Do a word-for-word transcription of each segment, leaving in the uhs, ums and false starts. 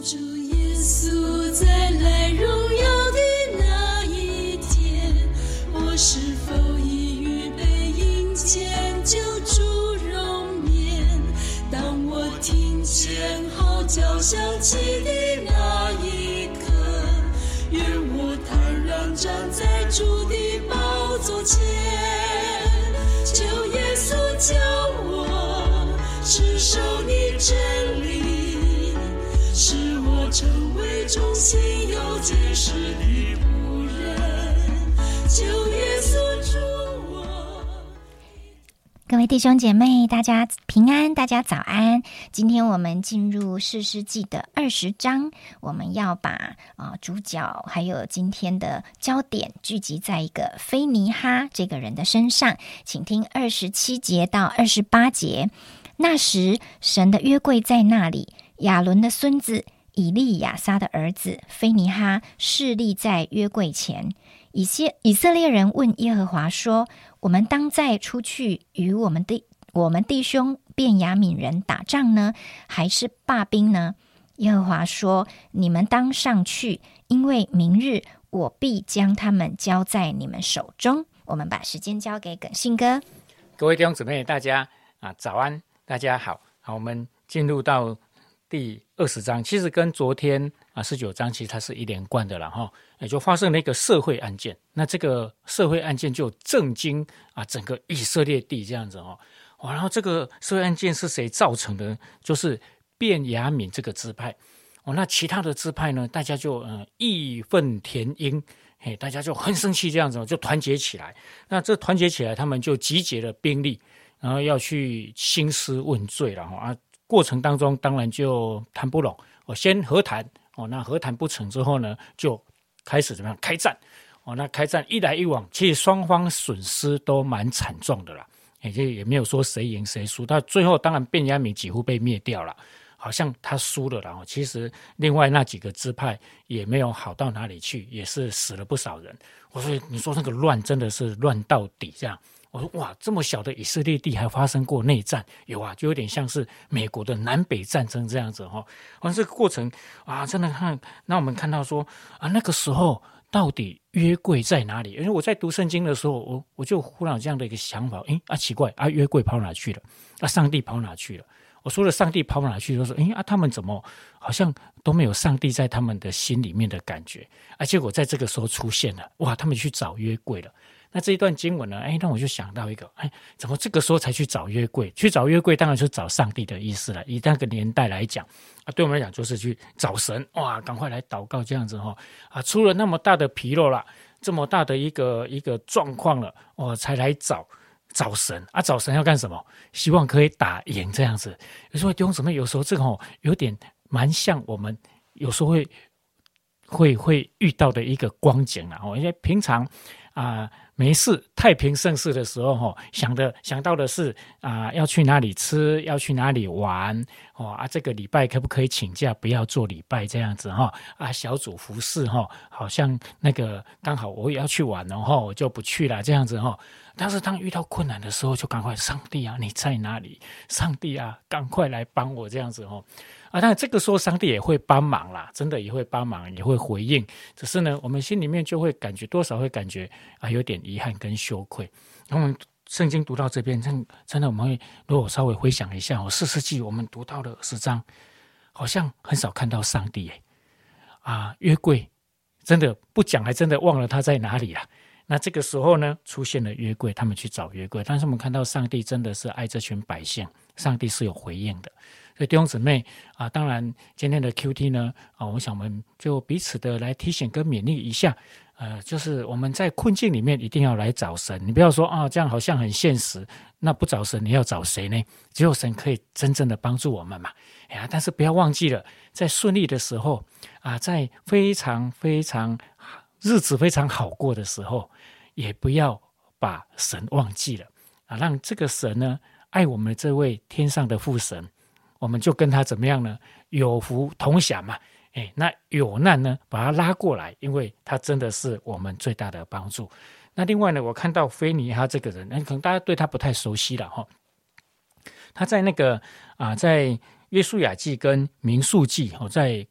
主耶稣再来荣耀的那一天，我是否已预备迎接救主容颜？当我听见号角响起的那一刻，愿我坦然站在主的宝座前，求耶稣教我持守你真理，使我成为忠心又结实的仆人，求耶稣助我。 各位弟兄姐妹，大家平安，大家早安。今天我们进入士师记的二十章，我们要把啊、呃、主角还有今天的焦点聚集在一个非尼哈这个人的身上，请听二十七节到二十八节。那时，神的约柜在那里，亚伦的孙子以利亚撒的儿子非尼哈侍立在约柜前。以些以色列人问耶和华说：我们当再出去与我们的我们弟兄便雅悯人打仗呢，还是罢兵呢？耶和华说：你们当上去，因为明日我必将他们交在你们手中。我们把时间交给耿信哥。 各位弟兄姊妹，大家啊早安，大家好。好，我们进入到第二十章，其实跟昨天啊十九章其实它是一连贯的了哈，也就发生了一个社会案件。那这个社会案件就震惊啊整个以色列地这样子哦。然后这个社会案件是谁造成的？就是便雅悯这个支派哦。那其他的支派呢，大家就呃义愤填膺，嘿，大家就很生气这样子，就团结起来。那这团结起来，他们就集结了兵力，然后要去兴师问罪了啊。过程当中当然就谈不拢，我先和谈哦，那和谈不成之后呢，就开始怎么样开战哦，那开战一来一往，其实双方损失都蛮惨重的啦，也就也没有说谁赢谁输，到最后当然便雅悯几乎被灭掉了，好像他输了啦，其实另外那几个支派也没有好到哪里去，也是死了不少人。我说你说那个乱真的是乱到底这样。我说哇，这么小的以色列地还发生过内战？有啊，就有点像是美国的南北战争这样子哈。完这个过程啊，真的看，那我们看到说啊，那个时候到底约柜在哪里？因为我在读圣经的时候，我我就忽然有这样的一个想法，诶啊奇怪啊，约柜跑哪去了？啊，上帝跑哪去了？我说了上帝跑哪去，就说诶啊，他们怎么好像都没有上帝在他们的心里面的感觉？啊，结果在这个时候出现了，哇，他们去找约柜了。那这一段经文呢，哎，让我就想到一个，哎，怎么这个时候才去找约柜？去找约柜当然是找上帝的意思了。以那个年代来讲，啊，对我们来讲就是去找神，哇，赶快来祷告这样子哈、哦，啊，出了那么大的纰漏了，这么大的一个一个状况了，哦，才来找找神啊，找神要干什么？希望可以打赢这样子。有时候弟兄姊妹，有时候这个哦，有点蛮像我们有时候会会会遇到的一个光景了哦，因为平常啊。呃没事，太平盛世的时候，哈，想的想到的是啊、呃，要去哪里吃，要去哪里玩，哦啊，这个礼拜可不可以请假，不要做礼拜这样子哈啊，小组服侍哈，好像那个刚好我也要去玩了哈，我就不去了这样子哈。但是当遇到困难的时候，就赶快上帝啊，你在哪里？上帝啊，赶快来帮我这样子哈。啊，当然这个时候上帝也会帮忙啦，真的也会帮忙，也会回应。只是呢，我们心里面就会感觉多少会感觉啊，有点遗憾跟羞愧。然后我们圣经读到这边，真真的我们会，如果稍微回想一下，哦，士师记我们读到了十章，好像很少看到上帝耶。啊，约柜真的不讲，还真的忘了他在哪里啦。那这个时候呢，出现了约柜，他们去找约柜，但是我们看到上帝真的是爱这群百姓，上帝是有回应的。所以弟兄姊妹啊，当然今天的 Q T 呢啊，我想我们就彼此的来提醒跟勉励一下，呃，就是我们在困境里面一定要来找神。你不要说啊，这样好像很现实，那不找神你要找谁呢？只有神可以真正的帮助我们嘛。哎呀，但是不要忘记了，在顺利的时候啊，在非常非常日子非常好过的时候，也不要把神忘记了啊，让这个神呢爱我们这位天上的父神，我们就跟他怎么样呢？有福同享嘛。哎，那有难呢，把他拉过来，因为他真的是我们最大的帮助。那另外呢，我看到非尼哈这个人，可能大家对他不太熟悉了哈。他在那个啊，在约书亚记跟民数记，在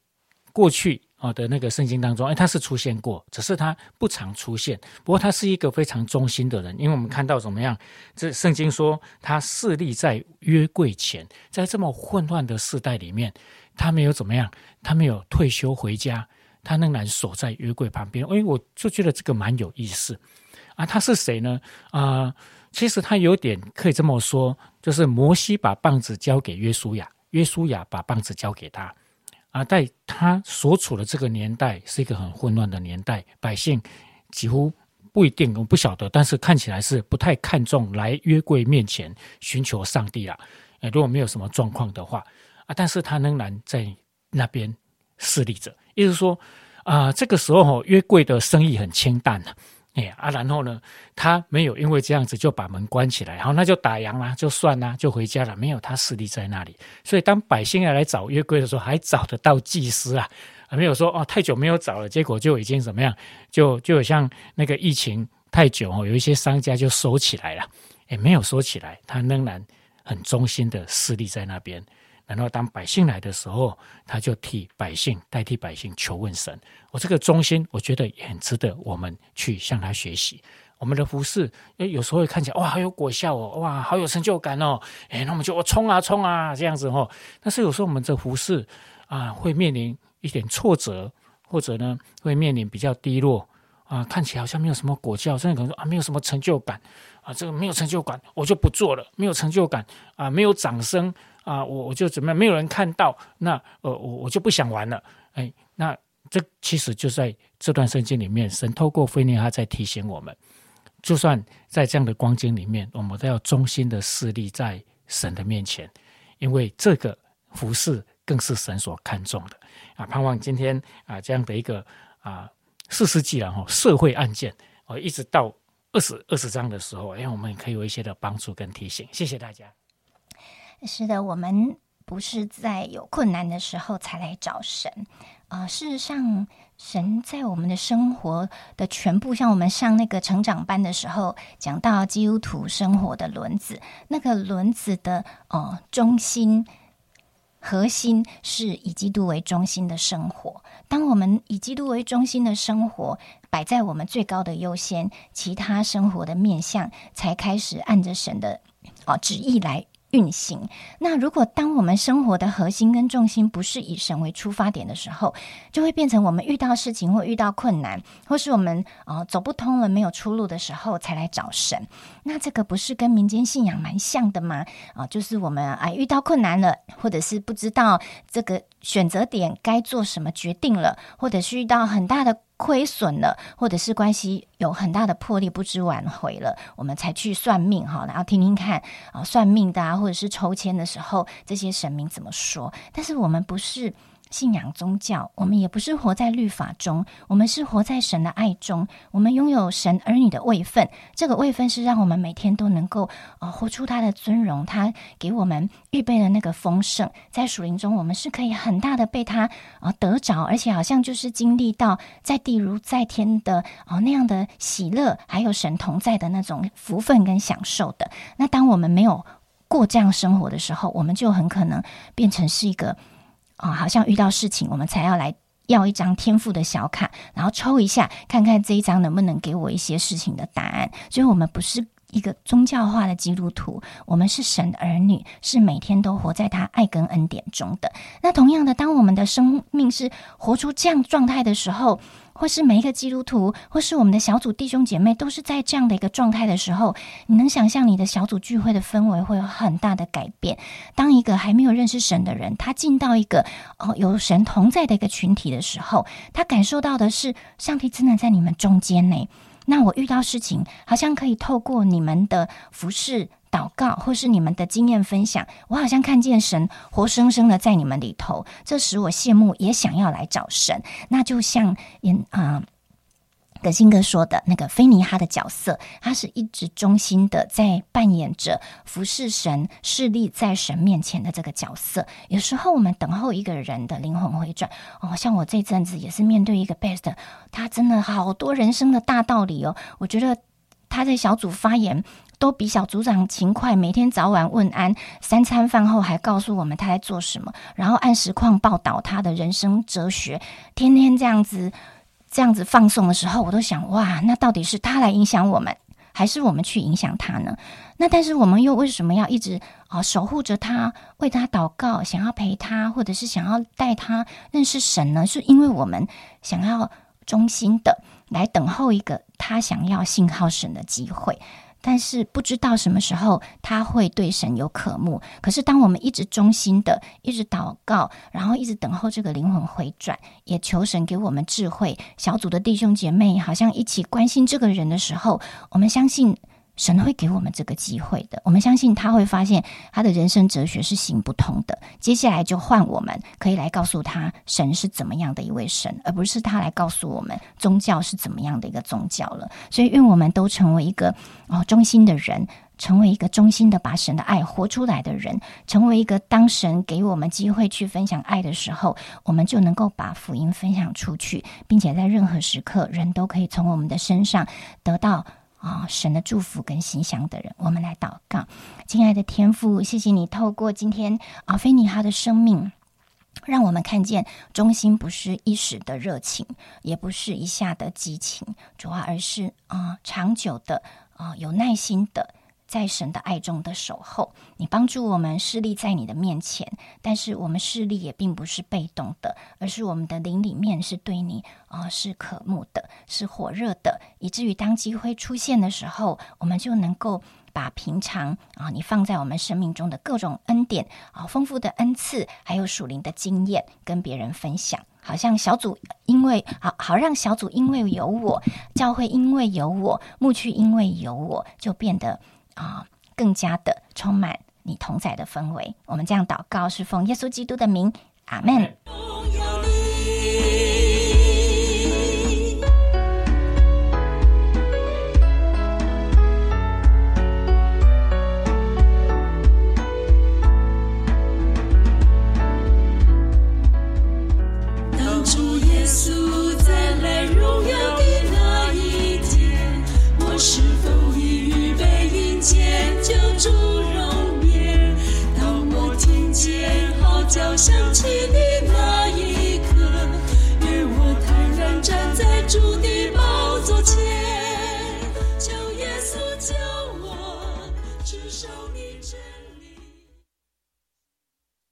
过去的那个圣经当中，哎，他是出现过，只是他不常出现。不过他是一个非常忠心的人，因为我们看到怎么样，这圣经说他侍立在约柜前，在这么混乱的世代里面，他没有怎么样，他没有退休回家，他仍然守在约柜旁边。哎，我就觉得这个蛮有意思啊。他是谁呢？啊、呃，其实他有点可以这么说，就是摩西把棒子交给约书亚，约书亚把棒子交给他。啊，在他所处的这个年代是一个很混乱的年代，百姓几乎不一定，我不晓得，但是看起来是不太看重来约柜面前寻求上帝啦。如果没有什么状况的话啊，但是他仍然在那边侍立着，意思说啊，这个时候约柜的生意很清淡了。哎啊，然后呢，他没有因为这样子就把门关起来，然后那就打烊啦，就算啦，就回家了。没有，他侍立在那里。所以当百姓要来找约柜的时候，还找得到祭司啊，没有说哦太久没有找了，结果就已经怎么样，就就有像那个疫情太久哦，有一些商家就收起来了，也没有收起来，他仍然很忠心的侍立在那边。然后当百姓来的时候，他就替百姓代替百姓求问神。我这个忠心，我觉得也很值得我们去向他学习。我们的服事，有时候会看起来哇，好有果效哦，哇，好有成就感哦，哎，那我们就冲啊冲啊这样子哦。但是有时候我们这服事啊，会面临一点挫折，或者呢，会面临比较低落啊，看起来好像没有什么果效，甚至可能说啊，没有什么成就感啊，这个没有成就感，我就不做了，没有成就感啊，没有掌声。啊，我我就怎么样？没有人看到，那呃，我我就不想玩了。哎，那这其实就在这段圣经里面，神透过非尼哈在提醒我们，就算在这样的光景里面，我们都要忠心的侍立在神的面前，因为这个服事更是神所看重的啊。盼望今天啊这样的一个啊四世纪了哈社会案件哦，一直到二十二十章的时候，哎，我们可以有一些的帮助跟提醒。谢谢大家。 是的，我们不是在有困难的时候才来找神啊、呃。事实上，神在我们的生活的全部，像我们上那个成长班的时候，讲到基督徒生活的轮子，那个轮子的呃中心核心是以基督为中心的生活。当我们以基督为中心的生活摆在我们最高的优先，其他生活的面向才开始按着神的哦旨意来运行。那如果当我们生活的核心跟重心不是以神为出发点的时候，就会变成我们遇到事情或遇到困难，或是我们、呃、走不通了没有出路的时候才来找神。那这个不是跟民间信仰蛮像的吗？啊、呃，就是我们啊遇到困难了，或者是不知道这个选择点该做什么决定了，或者是遇到很大的亏损了，或者是关系有很大的破裂不知挽回了，我们才去算命哈，然后听听看啊算命的啊，或者是抽签的时候这些神明怎么说。但是我们不是信仰宗教，我们也不是活在律法中，我们是活在神的爱中。我们拥有神儿女的位分，这个位分是让我们每天都能够、呃、活出他的尊荣，他给我们预备的那个丰盛。在属灵中我们是可以很大的被他、呃、得着，而且好像就是经历到在地如在天的、呃、那样的喜乐，还有神同在的那种福分跟享受的。那当我们没有过这样生活的时候，我们就很可能变成是一个哦，好像遇到事情我们才要来要一张天赋的小卡，然后抽一下看看这一张能不能给我一些事情的答案。所以我们不是一个宗教化的基督徒，我们是神的儿女，是每天都活在他爱跟恩典中的。那同样的，当我们的生命是活出这样状态的时候，或是每一个基督徒，或是我们的小组弟兄姐妹都是在这样的一个状态的时候，你能想象你的小组聚会的氛围会有很大的改变。当一个还没有认识神的人，他进到一个、哦、有神同在的一个群体的时候，他感受到的是上帝真的在你们中间呢。那我遇到事情好像可以透过你们的服事祷告，或是你们的经验分享，我好像看见神活生生的在你们里头，这使我羡慕，也想要来找神。那就像啊、呃，葛新哥说的那个菲尼哈的角色，他是一直忠心的在扮演着服侍神、侍立在神面前的这个角色。有时候我们等候一个人的灵魂回转，哦，像我这阵子也是面对一个 best， 他真的好多人生的大道理哦，我觉得他在小组发言都比小组长勤快，每天早晚问安，三餐饭后还告诉我们他在做什么，然后按实况报道他的人生哲学，天天这样子这样子放送的时候，我都想，哇，那到底是他来影响我们，还是我们去影响他呢？那但是我们又为什么要一直啊守护着他，为他祷告，想要陪他，或者是想要带他认识神呢？是因为我们想要忠心的来等候一个他想要信靠神的机会，但是不知道什么时候他会对神有渴慕。可是当我们一直忠心的一直祷告，然后一直等候这个灵魂回转，也求神给我们智慧，小组的弟兄姐妹好像一起关心这个人的时候，我们相信神会给我们这个机会的，我们相信他会发现他的人生哲学是行不通的，接下来就换我们可以来告诉他神是怎么样的一位神，而不是他来告诉我们宗教是怎么样的一个宗教了。所以愿我们都成为一个哦忠心的人，成为一个忠心的把神的爱活出来的人，成为一个当神给我们机会去分享爱的时候，我们就能够把福音分享出去，并且在任何时刻人都可以从我们的身上得到啊、哦，神的祝福跟馨香的人。我们来祷告。亲爱的天父，谢谢你透过今天啊菲尼哈的生命，让我们看见忠心不是一时的热情，也不是一下的激情，主要而是啊、呃、长久的啊、呃、有耐心的在神的爱中的守候。你帮助我们侍立在你的面前，但是我们侍立也并不是被动的，而是我们的灵里面是对你啊、呃、是渴慕的，是火热的，以至于当机会出现的时候，我们就能够把平常啊你放在我们生命中的各种恩典啊丰富的恩赐，还有属灵的经验跟别人分享。好像小组因为好好让小组因为有我，教会因为有我，牧区因为有我，就变得啊更加的充满你同在的氛围。我们这样祷告是奉耶稣基督的名，阿们。